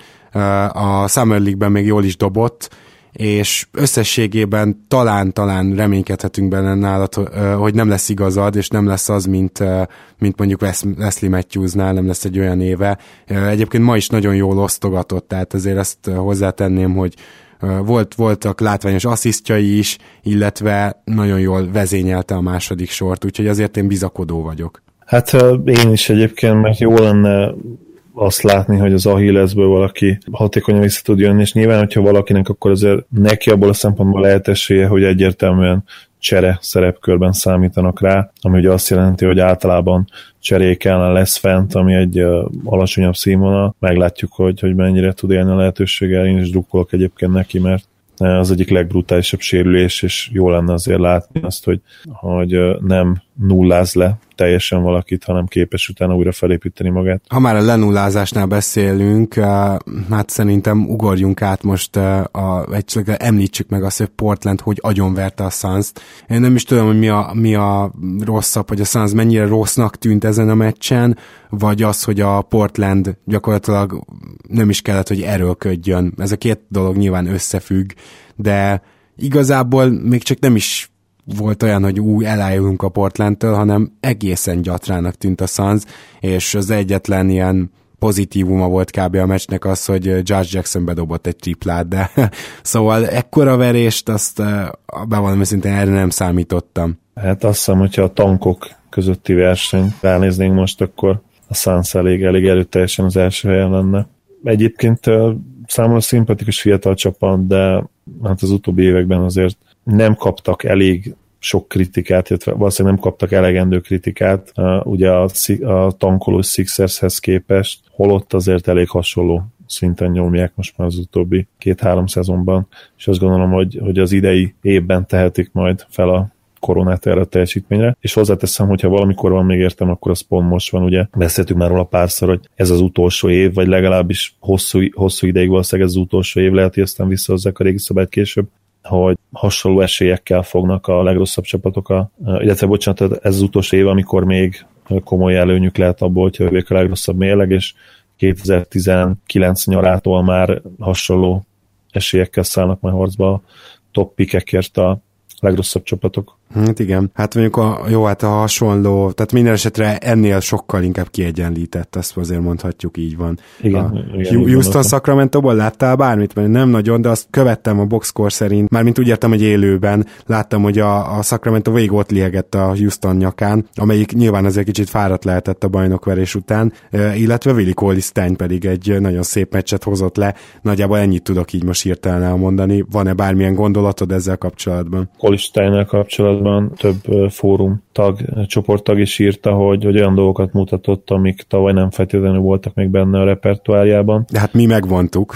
a Summer League-ben még jól is dobott, és összességében talán-talán reménykedhetünk benne nálad, hogy nem lesz igazad, és nem lesz az, mint, mint mondjuk Wesley Matthewsnál, nem lesz egy olyan éve. Egyébként ma is nagyon jól osztogatott, tehát azért ezt hozzátenném, hogy volt, voltak látványos asszisztjai is, illetve nagyon jól vezényelte a második sort, úgyhogy azért én bizakodó vagyok. Hát én is egyébként, mert jó lenne azt látni, hogy az Achillesből valaki hatékonyan vissza tud jönni, és nyilván, hogyha valakinek, akkor azért neki abból a szempontból lehet esélye, hogy egyértelműen csere szerepkörben számítanak rá, ami ugye azt jelenti, hogy általában cserék ellen lesz fent, ami egy uh, alacsonyabb színvonal. Meglátjuk, hogy, hogy mennyire tud élni a lehetőséggel. Én is drukkolok egyébként neki, mert az egyik legbrutálisabb sérülés, és jó lenne azért látni azt, hogy, hogy nem nulláz le teljesen valakit, hanem képes utána újra felépíteni magát. Ha már a lenullázásnál beszélünk, hát szerintem ugorjunk át most, a, egyszerűen említsük meg azt, hogy Portland hogy agyonverte a Suns-t. Én nem is tudom, hogy mi a, mi a rosszabb, hogy a Suns mennyire rossznak tűnt ezen a meccsen, vagy az, hogy a Portland gyakorlatilag nem is kellett, hogy erőlködjön. Ez a két dolog nyilván összefügg, de igazából még csak nem is volt olyan, hogy új elájulunk a Portlandtől, hanem egészen gyatrának tűnt a Suns, és az egyetlen ilyen pozitívuma volt kb. A meccsnek az, hogy Josh Jackson bedobott egy triplát, de szóval ekkora verést, azt bevallom őszintén, erre nem számítottam. Hát azt hiszem, hogyha a tankok közötti versenyt ránéznénk most, akkor a Suns elég, elég erőteljesen az első helyen lenne. Egyébként számomra szimpatikus fiatal csapat, de hát az utóbbi években azért nem kaptak elég sok kritikát, illetve valószínűleg nem kaptak elegendő kritikát, uh, ugye a, a tankoló Sixershez képest, holott azért elég hasonló szinten nyomják most már az utóbbi két-három szezonban, és azt gondolom, hogy, hogy az idei évben tehetik majd fel a koronát erre a teljesítményre, és hozzáteszem, hogyha valamikor van még értem, akkor az pont most van, ugye beszéltük már róla párszor, hogy ez az utolsó év, vagy legalábbis hosszú, hosszú ideig valószínűleg ez az utolsó év, lehet, hogy aztán visszahozzák a régi szabályt később, hogy hasonló esélyekkel fognak a legrosszabb csapatok, a, illetve bocsánat, ez az utolsó év, amikor még komoly előnyük lehet abból, hogyha ők a legrosszabb mérleg, és kétezer-tizenkilenc nyarától már hasonló esélyekkel szállnak majd harcba a top pickekért a legrosszabb csapatok. Hát igen, hát mondjuk a, jó, hát a hasonló, tehát minden esetre ennél sokkal inkább kiegyenlített, azt azért mondhatjuk, így van. Igen, a igen, Houston Sacramento-ból láttál bármit? Mert nem nagyon, de azt követtem a boxscore szerint, mármint úgy értem, hogy élőben láttam, hogy a, a Sacramento végig ott liegett a Houston nyakán, amelyik nyilván azért kicsit fáradt lehetett a bajnokverés után, illetve Willie Cauley-Stein pedig egy nagyon szép meccset hozott le. Nagyjából ennyit tudok így most hirtelen elmondani. Van-e bármilyen gondolatod ezzel kapcsolatban? Cauley-Steinnel kapcsolatban több fórum tag, csoporttag is írta, hogy, hogy olyan dolgokat mutatott, amik tavaly nem feltétlenül voltak még benne a repertoárjában. De hát mi megvontuk.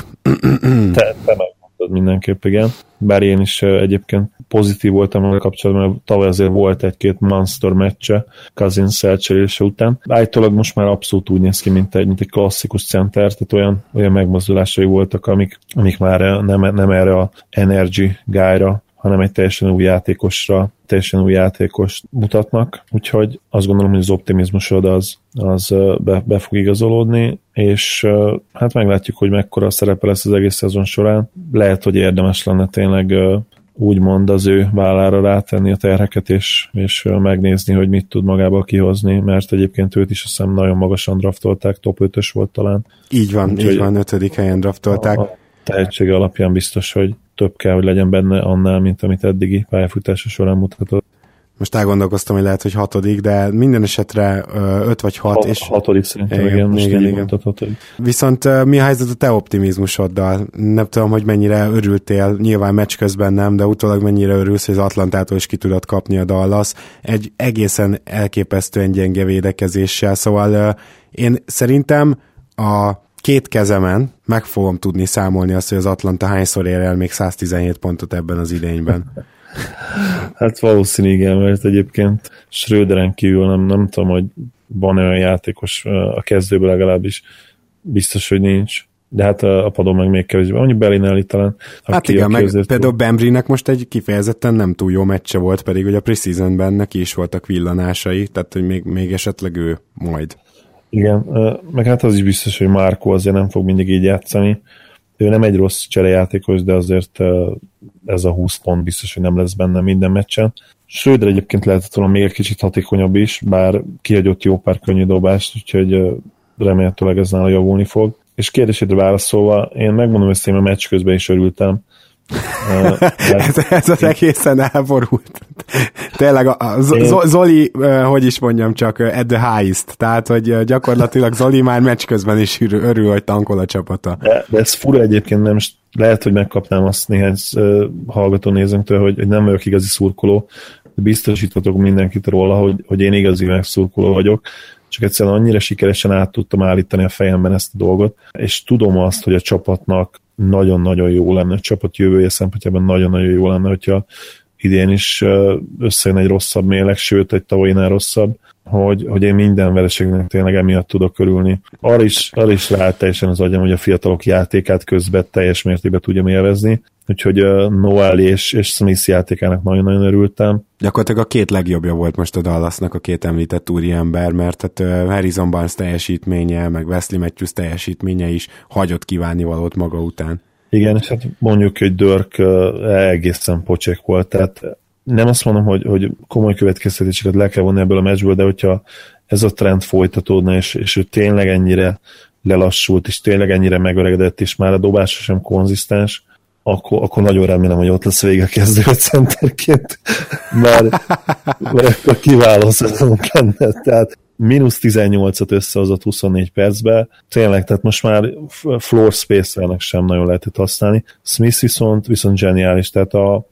Te, te megmondtad mindenképp, igen. Bár én is egyébként pozitív voltam a kapcsolatban, mert tavaly azért volt egy-két monster meccse Cousins elcserélése után. Állítólag most már abszolút úgy néz ki, mint egy, mint egy klasszikus center, tehát olyan, olyan megmozdulásai voltak, amik, amik már nem, nem erre a energy guy-ra, hanem egy teljesen új játékosra, teljesen új játékost mutatnak, úgyhogy azt gondolom, hogy az optimizmusod az, az be, be fog igazolódni, és hát meglátjuk, hogy mekkora szerepe lesz az egész szezon során. Lehet, hogy érdemes lenne tényleg úgymond az ő vállára rátenni a terheket, és, és megnézni, hogy mit tud magából kihozni, mert egyébként őt is azt hiszem nagyon magasan draftolták, top ötös volt talán. Így van, úgy, így van, ötödik helyen draftolták. A tehetsége alapján biztos, hogy több kell, hogy legyen benne annál, mint amit eddigi pályafutása során mutatott. Most elgondolkoztam, hogy lehet, hogy hatodik, de minden esetre öt vagy hat. hat és hatodik szerintem, igen, igen, most igen, így igen. Hogy... Viszont mi a helyzet a te optimizmusoddal? Nem tudom, hogy mennyire örültél, nyilván meccs közben nem, de utólag mennyire örülsz, hogy az Atlantától is ki tudod kapni a Dallas egy egészen elképesztően gyenge védekezéssel, szóval én szerintem a két kezemen meg fogom tudni számolni azt, hogy az Atlanta hányszor ér el még száztizenhét pontot ebben az idényben. Hát valószínű, igen, mert egyébként Schröderen kívül nem, nem tudom, hogy van olyan játékos a kezdőből legalábbis, biztos, hogy nincs. De hát a padon meg még kevésbé. Mondjuk Bellinelli talán. Hát igen, meg például Bembrynek most egy kifejezetten nem túl jó meccse volt, pedig hogy a preseasonben neki is voltak villanásai, tehát hogy még, még esetleg ő majd. Igen, meg hát az is biztos, hogy Márkó azért nem fog mindig így játszani. Ő nem egy rossz cserejátékos, de azért ez a húsz pont biztos, hogy nem lesz benne minden meccsen. Schröder egyébként lehetett volna még egy kicsit hatékonyabb is, bár kihagyott jó pár könnyű dobást, úgyhogy remélhetőleg ez nála javulni fog. És kérdésedre válaszolva, én megmondom ezt, én a meccs közben is örültem. ez, ez az egészen elborult. Tényleg a, a Zoli, hogy is mondjam csak, at the highest, tehát hogy gyakorlatilag Zoli már meccs közben is örül, hogy tankol a csapata. De, de ez fura egyébként, nem, lehet, hogy megkapnám azt néhány hallgató nézőnktől, hogy, hogy nem vagyok igazi szurkoló, de biztosíthatok mindenkit róla, hogy, hogy én igazi megszurkoló vagyok, csak egyszerűen annyira sikeresen át tudtam állítani a fejemben ezt a dolgot, és tudom azt, hogy a csapatnak nagyon-nagyon jó lenne, a csapat jövője szempontjában nagyon-nagyon jó lenne, hogyha idén is összejön egy rosszabb mérleg, sőt, egy tavalyinál rosszabb, hogy, hogy én minden vereségnek tényleg emiatt tudok örülni. Arra is, arra is ráállt teljesen az agyam, hogy a fiatalok játékát közben teljes mértékben tudjam élvezni, úgyhogy uh, Noel és, és Smith játékának nagyon-nagyon örültem. Gyakorlatilag a két legjobbja volt most a Dallasnak a két említett úriember, mert hát uh, Harrison Barnes teljesítménye, meg Wesley Matthews teljesítménye is hagyott kívánni valót maga után. Igen, és hát mondjuk, hogy Dirk uh, egészen pocsék volt, tehát nem azt mondom, hogy, hogy komoly következtetéseket le kell vonni ebből a meccsből, de hogyha ez a trend folytatódna, és, és ő tényleg ennyire lelassult, és tényleg ennyire megöregedett, és már a dobása sem konzisztens, akkor, akkor nagyon remélem, hogy ott lesz vége kezdő centerként, mert, mert akkor kiváló szezonunk lenne. Tehát mínusz tizennyolcat összehozott huszonnégy percbe, tényleg, tehát most már floor space-elnek sem nagyon lehetett használni. Smith viszont, viszont zseniális, tehát a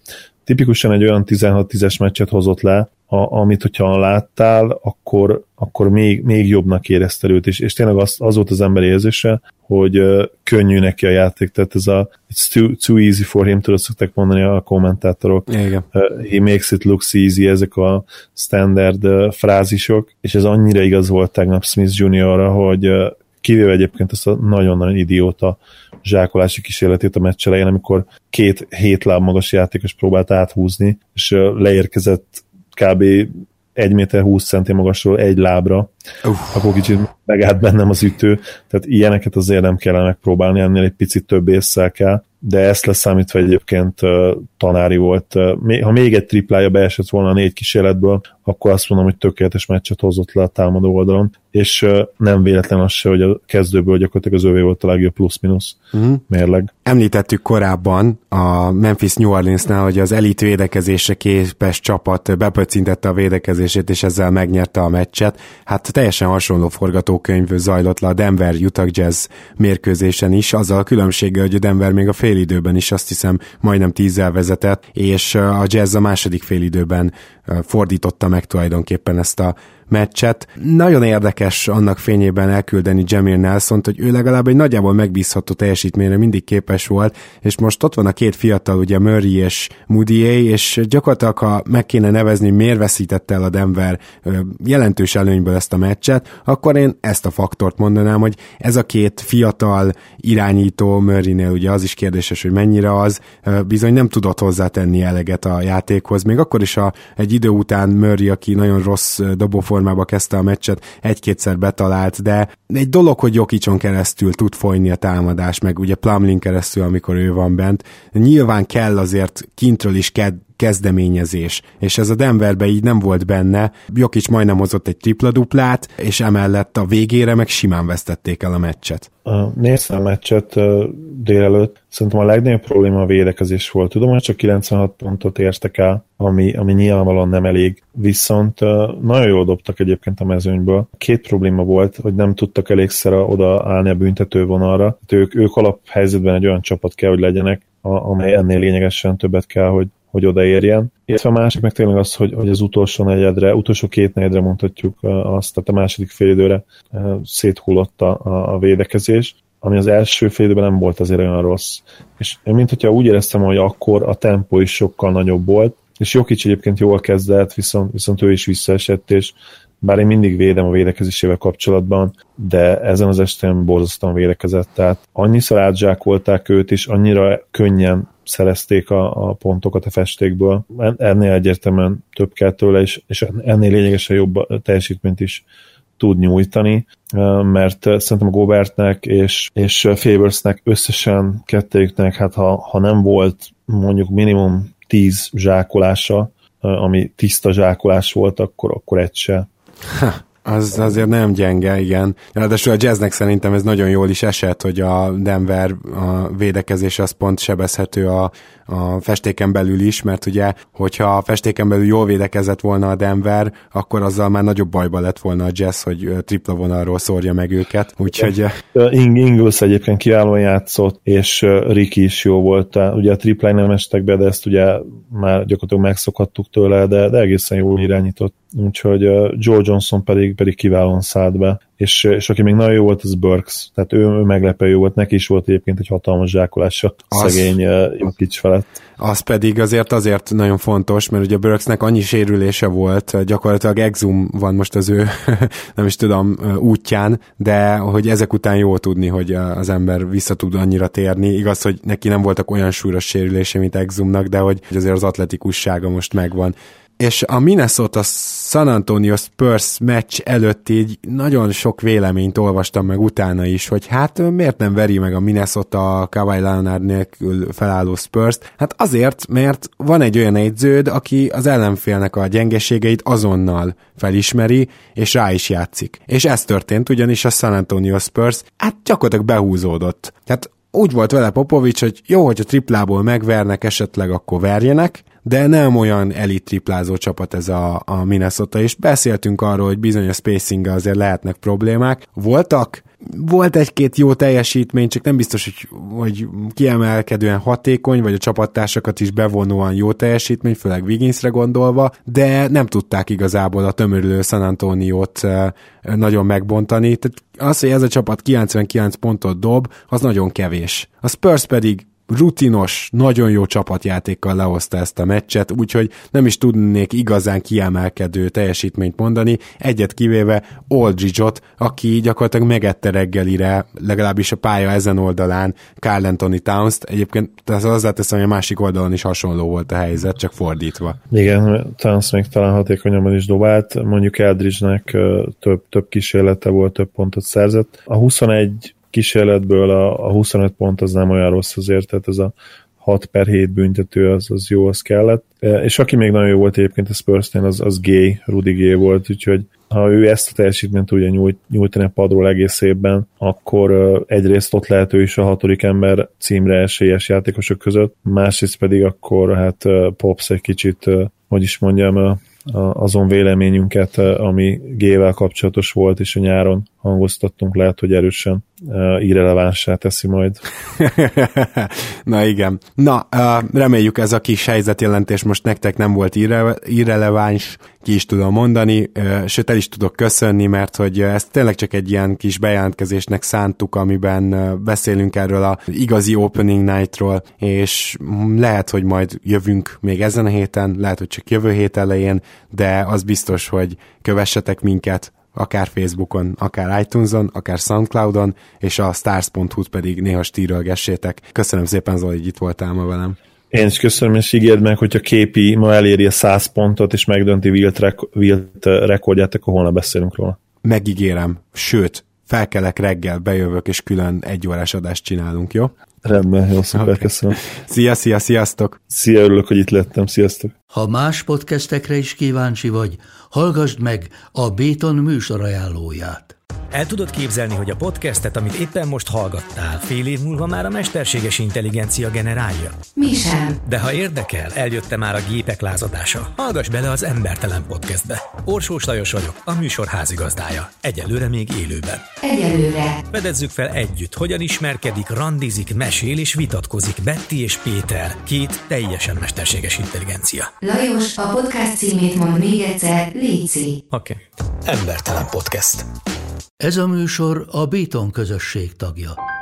tipikusan egy olyan tizenhat tízes meccset hozott le, a, amit hogyha láttál, akkor, akkor még, még jobbnak érezted őt, és, és tényleg az, az volt az ember érzése, hogy uh, könnyű neki a játék, tehát ez a it's too, too easy for him, tudod, szokták mondani a kommentátorok. Igen. Uh, he makes it looks easy, ezek a standard uh, frázisok, és ez annyira igaz volt tegnap Smith juniorra, hogy uh, kivéve egyébként ezt a nagyon-nagyon idióta zsákolási kísérletét a meccs elején, amikor két hét láb magas játékos próbált áthúzni, és uh, leérkezett kb. egy méter húsz centi magasról egy lábra, Uff. akkor kicsit megállt bennem az ütő, tehát ilyeneket azért nem kellene megpróbálni, ennél egy picit több ésszel kell, de ezt leszámítva egyébként uh, tanári volt. Uh, ha még egy triplája beesett volna a négy kísérletből, akkor azt mondom, hogy tökéletes meccset hozott le a támadó oldalon, és uh, nem véletlen az se, hogy a kezdőből gyakorlatilag az övé volt a legjobb plusz-minusz uh-huh. mérleg. Említettük korábban a Memphis New Orleansnál, hogy az elit védekezésre képes csapat bepöccintette a védekezését, és ezzel megnyerte a meccset. Hát teljesen hasonló forgatókönyv zajlott le a Denver Utah Jazz mérkőzésen is, azzal a különbséggel, hogy a Denver még a félidőben is azt hiszem majdnem tízzel vezetett, és a Jazz a második félidőben fordította meg tulajdonképpen ezt a meccset. Nagyon érdekes annak fényében elküldeni Jameer Nelsont, hogy ő legalább egy nagyjából megbízható teljesítményre mindig képes volt, és most ott van a két fiatal, ugye Murray és Mudiay, és gyakorlatilag, ha meg kéne nevezni, miért veszítette el a Denver jelentős előnyből ezt a meccset, akkor én ezt a faktort mondanám, hogy ez a két fiatal irányító, Murraynél ugye az is kérdéses, hogy mennyire az, bizony nem tudott hozzátenni eleget a játékhoz, még akkor is a, egy idő után Murray, aki nagyon rossz dobóformába kezdte a meccset, egy-kétszer betalált, de egy dolog, hogy Jokicson keresztül tud folyni a támadás, meg ugye Plumlee keresztül, amikor ő van bent. Nyilván kell azért kintről is ked- kezdeményezés, és ez a Denverben így nem volt benne. Jokic majdnem hozott egy tripla-duplát, és emellett a végére meg simán vesztették el a meccset. Néztem a meccset délelőtt, szerintem a legnagyobb probléma a védekezés volt. Tudom, hogy csak kilencvenhat pontot értek el, ami, ami nyilvánvalóan nem elég, viszont nagyon jól dobtak egyébként a mezőnyből. Két probléma volt, hogy nem tudtak elégszer odaállni a büntetővonalra. Ők, ők alaphelyzetben egy olyan csapat kell, hogy legyenek, amely ennél lényegesen többet kell, hogy hogy odaérjen. Illetve a másik meg tényleg az, hogy, hogy az utolsó negyedre, utolsó két negyedre mondhatjuk azt, tehát a második félidőre széthullott a, a védekezés, ami az első félidőben nem volt azért olyan rossz. És én mint hogyha úgy éreztem, hogy akkor a tempó is sokkal nagyobb volt, és Jokic egyébként jól kezdett, viszont, viszont ő is visszaesett, és bár én mindig védem a védekezésével kapcsolatban, de ezen az estén borzasztóan védekezett, tehát annyiszor átzsákolták őt, és annyira könnyen szerezték a, a pontokat a festékből. Ennél egyértelműen több kell tőle, és, és ennél lényegesen jobb teljesítményt is tud nyújtani, mert szerintem a Gobertnek és, és Favorsnek összesen kettőjüknek, hát ha, ha nem volt mondjuk minimum tíz zsákolása, ami tiszta zsákolás volt, akkor, akkor egy se. Ha. Az azért nem gyenge, igen. Ráadásul a Jazznek szerintem ez nagyon jól is esett, hogy a Denver a védekezés az pont sebezhető a, a festéken belül is, mert ugye, hogyha a festéken belül jól védekezett volna a Denver, akkor azzal már nagyobb bajba lett volna a Jazz, hogy tripla vonalról szórja meg őket. Úgyhogy... Ingles egyébként kiválóan játszott, és Ricky is jó volt. Ugye a triplány nem estek be, de ezt ugye már gyakorlatilag megszokhattuk tőle, de, de egészen jól irányított. Úgyhogy Joe Johnson pedig, pedig kiválóan szállt be. És, és aki még nagyon jó volt, az Burks. Tehát ő, ő meglepő jó volt. Neki is volt egyébként egy hatalmas zsákolása az, szegény uh, Jokic felett. Az pedig azért azért nagyon fontos, mert ugye Burksnek annyi sérülése volt, gyakorlatilag exum van most az ő, nem is tudom, útján, de hogy ezek után jó tudni, hogy az ember vissza tud annyira térni. Igaz, hogy neki nem voltak olyan súlyos sérülése, mint exumnak, de hogy azért az atletikussága most megvan. És a Minnesota San Antonio Spurs meccs előtt így nagyon sok véleményt olvastam meg utána is, hogy hát miért nem veri meg a Minnesota a Kawhi Leonard nélkül felálló Spurs-t? Hát azért, mert van egy olyan edződ, aki az ellenfélnek a gyengeségeit azonnal felismeri, és rá is játszik. És ez történt, ugyanis a San Antonio Spurs hát gyakorlatilag behúzódott. Tehát úgy volt vele Popovics, hogy jó, hogy a triplából megvernek, esetleg akkor verjenek, de nem olyan elit triplázó csapat ez a, a Minnesota, és beszéltünk arról, hogy bizonyos spacing-gel azért lehetnek problémák. Voltak, Volt egy-két jó teljesítmény, csak nem biztos, hogy, hogy kiemelkedően hatékony, vagy a csapattársakat is bevonóan jó teljesítmény, főleg Wigginsre gondolva, de nem tudták igazából a tömörülő San Antoniót nagyon megbontani. Tehát az, hogy ez a csapat kilencvenkilenc pontot dob, az nagyon kevés. A Spurs pedig rutinos, nagyon jó csapatjátékkal lehozta ezt a meccset, úgyhogy nem is tudnék igazán kiemelkedő teljesítményt mondani, egyet kivéve Aldridge-ot, aki gyakorlatilag megette reggelire, legalábbis a pálya ezen oldalán Karl Anthony Towns-t. Egyébként hozzáteszem, hogy a másik oldalon is hasonló volt a helyzet, csak fordítva. Igen, Towns még talán hatékonyabban is dobált, mondjuk Aldridge-nek több, több kísérlete volt, több pontot szerzett. A huszonegy kísérletből a, a huszonöt pont az nem olyan rossz azért, tehát ez a hat per hét büntető az, az jó, az kellett. És aki még nagyon jó volt egyébként a Spursnél, az, az Gay, Rudy Gay volt, úgyhogy ha ő ezt a teljesítményt tudja nyújt, nyújtani a padról egész évben, akkor egyrészt ott lehet ő is a hatodik ember címre esélyes játékosok között, másrészt pedig akkor hát Pops egy kicsit, hogy is mondjam, azon véleményünket, ami G-vel kapcsolatos volt, és a nyáron hangoztattunk, lehet, hogy erősen uh, irrelevánsá teszi majd. Na igen. Na, uh, reméljük ez a kis helyzetjelentés most nektek nem volt irre- irreleváns, ki is tudom mondani, uh, sőt el is tudok köszönni, mert hogy ezt tényleg csak egy ilyen kis bejelentkezésnek szántuk, amiben uh, beszélünk erről a igazi opening nightról, és lehet, hogy majd jövünk még ezen a héten, lehet, hogy csak jövő hét elején, de az biztos, hogy kövessetek minket, akár Facebookon, akár iTunes-on, akár Soundcloudon, és a stars pont hu-t pedig néha stírölgessétek. Köszönöm szépen, Zoli, hogy itt voltál ma velem. Én is köszönöm, és ígérd meg, hogyha Képi ma eléri a száz pontot, és megdönti Wilt, rek- Wilt rekordját, akkor holnap beszélünk róla. Megígérem, sőt, felkelek reggel, bejövök, és külön egy órás adást csinálunk, jó? Rendben, jó, szuper, okay. Köszönöm. Szia, szia, sziasztok! Szia, örülök, hogy itt lettem, sziasztok! Ha más podcastekre is kíváncsi vagy, hallgassd meg a Béton műsor ajánlóját. El tudod képzelni, hogy a podcastet, amit éppen most hallgattál, fél év múlva már a mesterséges intelligencia generálja? Mi sem. De ha érdekel, eljött már a gépek lázadása. Hallgass bele az Embertelen Podcastbe. Orsós Lajos vagyok, a műsor házigazdája. Egyelőre még élőben. Egyelőre. Fedezzük fel együtt, hogyan ismerkedik, randizik, mesél és vitatkozik Betty és Péter, két teljesen mesterséges intelligencia. Lajos, a podcast címét mond még egyszer, léci. Oké. Okay. Embertelen Podcast. Ez a műsor a Béton közösség tagja.